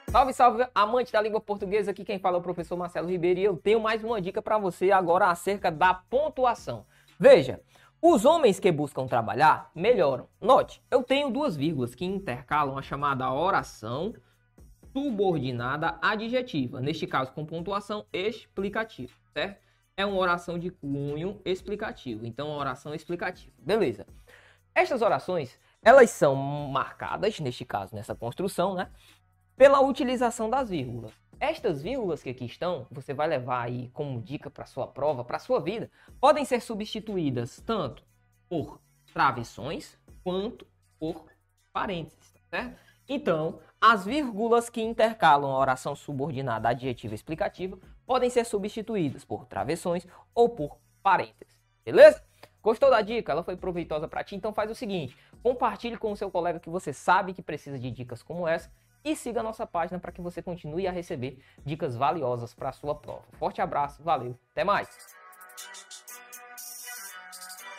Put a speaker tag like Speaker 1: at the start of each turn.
Speaker 1: Salve, salve, amante da língua portuguesa, aqui quem fala é o professor Marcelo Ribeiro e eu tenho mais uma dica para você agora acerca da pontuação. Veja, os homens que buscam trabalhar melhoram. Note, eu tenho duas vírgulas que intercalam a chamada oração subordinada adjetiva, neste caso com pontuação explicativa, certo? É uma oração de cunho explicativo, então oração explicativa, beleza. Estas orações, elas são marcadas, neste caso, nessa construção, né? Pela utilização das vírgulas. Estas vírgulas que aqui estão, você vai levar aí como dica para sua prova, para sua vida, podem ser substituídas tanto por travessões quanto por parênteses, tá certo? Então, as vírgulas que intercalam a oração subordinada adjetiva explicativa podem ser substituídas por travessões ou por parênteses, beleza? Gostou da dica? Ela foi proveitosa para ti? Então faz o seguinte, compartilhe com o seu colega que você sabe que precisa de dicas como essa e siga a nossa página para que você continue a receber dicas valiosas para a sua prova. Forte abraço, valeu, até mais!